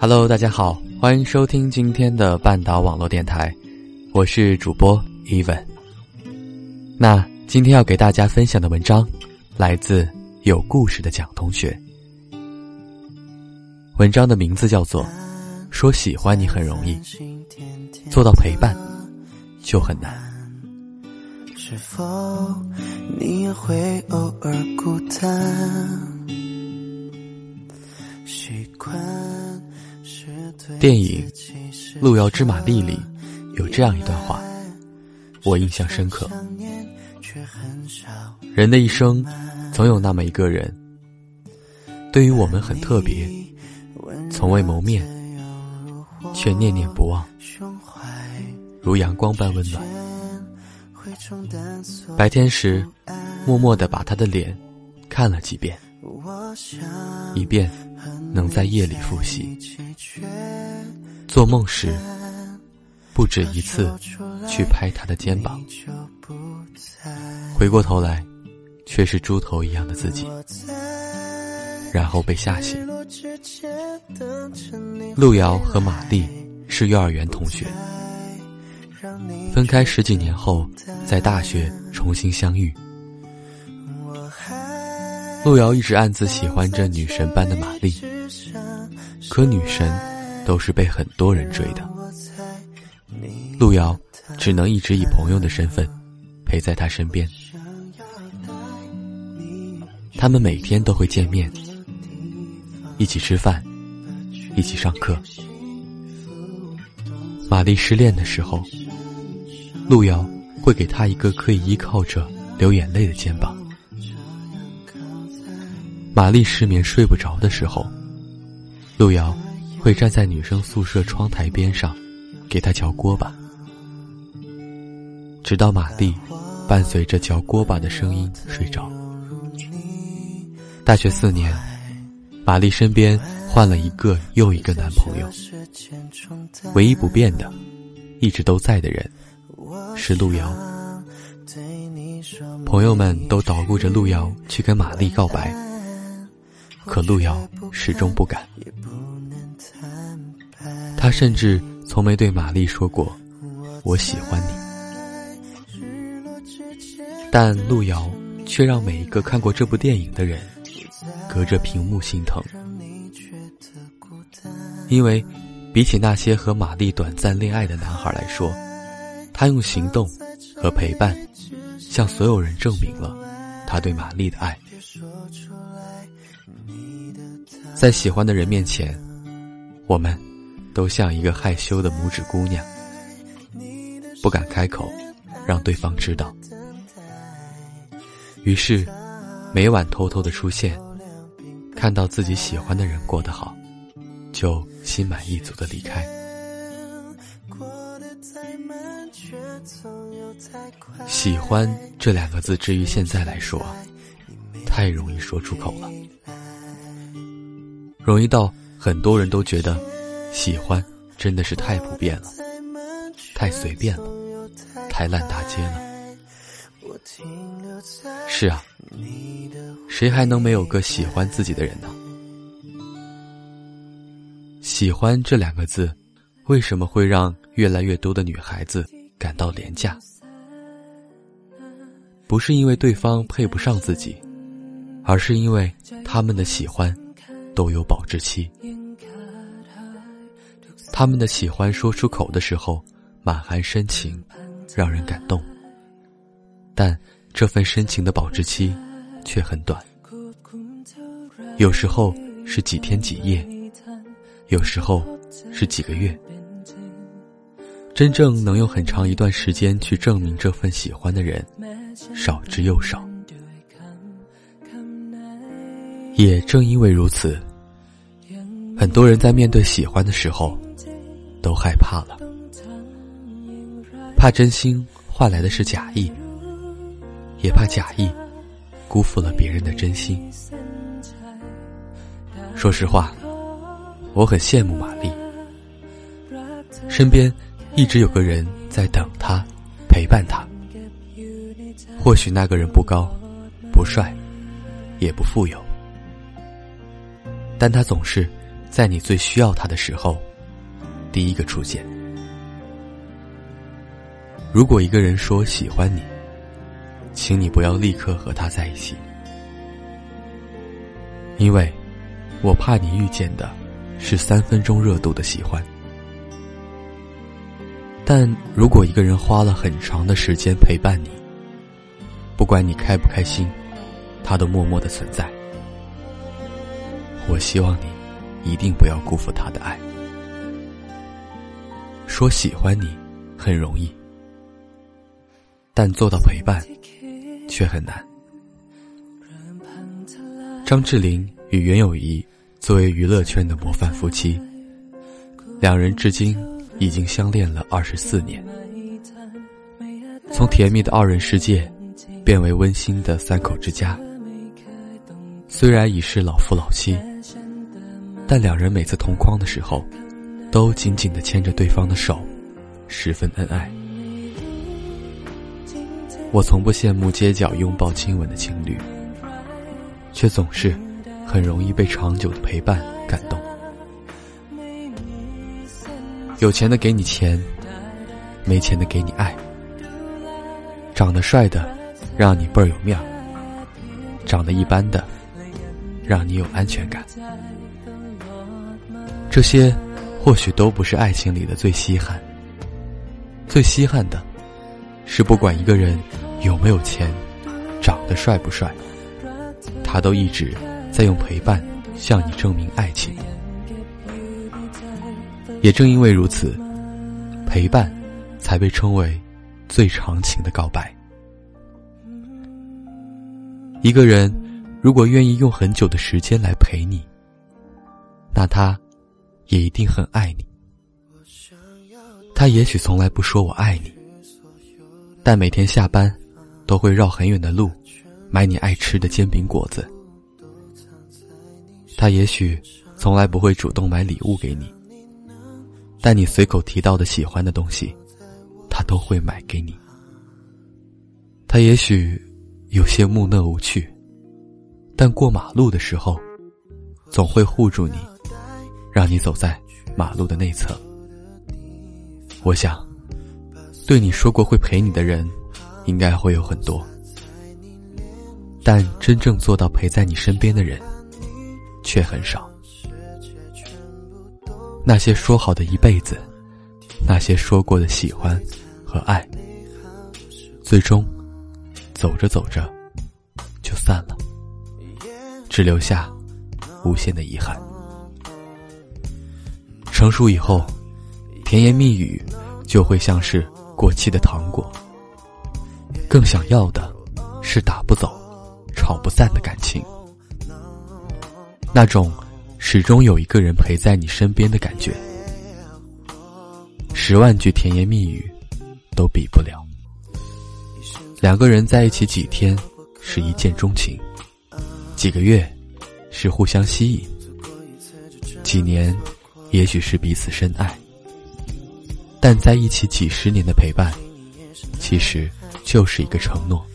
Hello， 大家好，欢迎收听今天的半岛网络电台，我是主播 Even。那今天要给大家分享的文章来自有故事的蒋同学。文章的名字叫做说喜欢你很容易，做到陪伴就很难。 是否你也会偶尔孤单？习惯电影《路遥知马力》里有这样一段话，我印象深刻。人的一生总有那么一个人，对于我们很特别，从未谋面，却念念不忘，如阳光般温暖。白天时默默地把他的脸看了几遍，以便能在夜里复习。做梦时不止一次去拍他的肩膀，回过头来却是猪头一样的自己，然后被吓醒。路遥和马丽是幼儿园同学，分开10几年后在大学重新相遇。路遥一直暗自喜欢着女神般的马丽，可女神都是被很多人追的，路遥只能一直以朋友的身份陪在她身边。他们每天都会见面，一起吃饭，一起上课。马丽失恋的时候，路遥会给她一个可以依靠着流眼泪的肩膀。马丽失眠睡不着的时候，路遥会站在女生宿舍窗台边上给她嚼锅巴，直到马丽伴随着嚼锅巴的声音睡着。大学4年，马丽身边换了一个又一个男朋友，唯一不变的一直都在的人是路遥。朋友们都捣鼓着路遥去跟马丽告白，可路遥始终不敢。他甚至从没对马丽说过我喜欢你，但路遥却让每一个看过这部电影的人隔着屏幕心疼。因为比起那些和马丽短暂恋爱的男孩来说，他用行动和陪伴向所有人证明了他对马丽的爱。在喜欢的人面前，我们都像一个害羞的拇指姑娘，不敢开口让对方知道，于是每晚偷偷的出现，看到自己喜欢的人过得好，就心满意足的离开。喜欢这2个字至于现在来说，太容易说出口了，容易到很多人都觉得喜欢真的是太普遍了，太随便了，太烂大街了。是啊，谁还能没有个喜欢自己的人呢？喜欢这2个字为什么会让越来越多的女孩子感到廉价？不是因为对方配不上自己，而是因为他们的喜欢都有保质期。他们的喜欢说出口的时候满含深情，让人感动，但这份深情的保质期却很短，有时候是几天几夜，有时候是几个月。真正能用很长一段时间去证明这份喜欢的人少之又少。也正因为如此，很多人在面对喜欢的时候都害怕了，怕真心换来的是假意，也怕假意辜负了别人的真心。说实话，我很羡慕马丽，身边一直有个人在等她，陪伴她。或许那个人不高不帅也不富有，但他总是在你最需要他的时候第一个出现。如果一个人说喜欢你，请你不要立刻和他在一起，因为我怕你遇见的是3分钟热度的喜欢。但如果一个人花了很长的时间陪伴你，不管你开不开心，他都默默地存在。我希望你一定不要辜负他的爱。说喜欢你很容易，但做到陪伴却很难。张智霖与袁咏仪作为娱乐圈的模范夫妻，两人至今已经相恋了24年，从甜蜜的2人世界变为温馨的3口之家。虽然已是老夫老妻，但两人每次同框的时候都紧紧地牵着对方的手，十分恩爱。我从不羡慕街角拥抱亲吻的情侣，却总是很容易被长久的陪伴感动。有钱的给你钱，没钱的给你爱。长得帅的让你倍儿有面儿，长得一般的让你有安全感。这些或许都不是爱情里的最稀罕，最稀罕的是不管一个人有没有钱，长得帅不帅，他都一直在用陪伴向你证明爱情。也正因为如此，陪伴才被称为最长情的告白。一个人如果愿意用很久的时间来陪你，那他也一定很爱你。他也许从来不说我爱你，但每天下班都会绕很远的路买你爱吃的煎饼果子。他也许从来不会主动买礼物给你，但你随口提到的喜欢的东西，他都会买给你。他也许有些木讷无趣，但过马路的时候总会护住你，让你走在马路的内侧。我想对你说过会陪你的人应该会有很多，但真正做到陪在你身边的人却很少。那些说好的一辈子，那些说过的喜欢和爱，最终走着走着就散了，只留下无限的遗憾。成熟以后，甜言蜜语就会像是过期的糖果，更想要的是打不走吵不散的感情，那种始终有一个人陪在你身边的感觉，10万句甜言蜜语都比不了。两个人在一起几天是一见钟情，几个月是互相吸引，几年也许是彼此深爱，但在一起几10年的陪伴，其实就是一个承诺。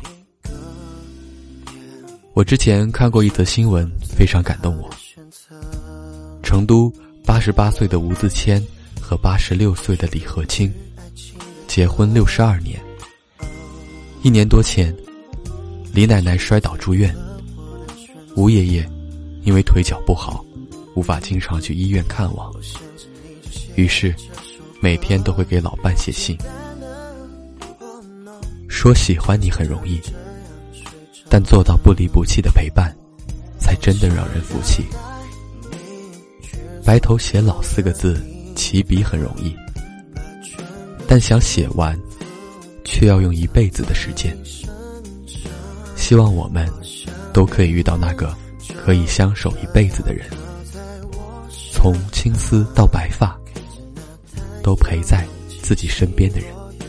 我之前看过一则新闻，非常感动我。成都88岁的吴自谦和86岁的李和清结婚62年。1年多前，李奶奶摔倒住院，吴爷爷因为腿脚不好，无法经常去医院看望，于是每天都会给老伴写信。说喜欢你很容易，但做到不离不弃的陪伴才真的让人服气。白头偕老4个字起笔很容易，但想写完却要用一辈子的时间。希望我们都可以遇到那个可以相守一辈子的人，从青丝到白发都陪在自己身边的人。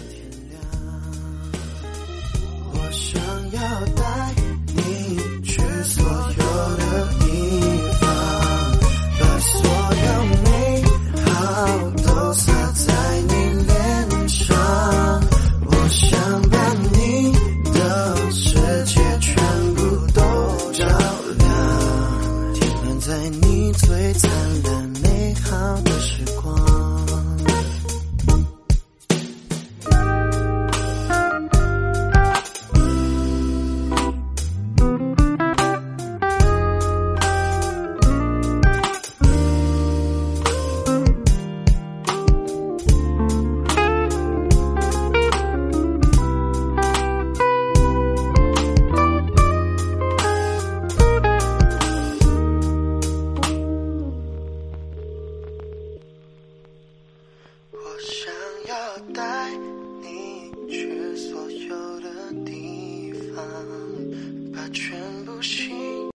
我想要带你去所有的地方，把所有美好都洒在你脸上。我想把你的世界全部都照亮，填满在你最灿烂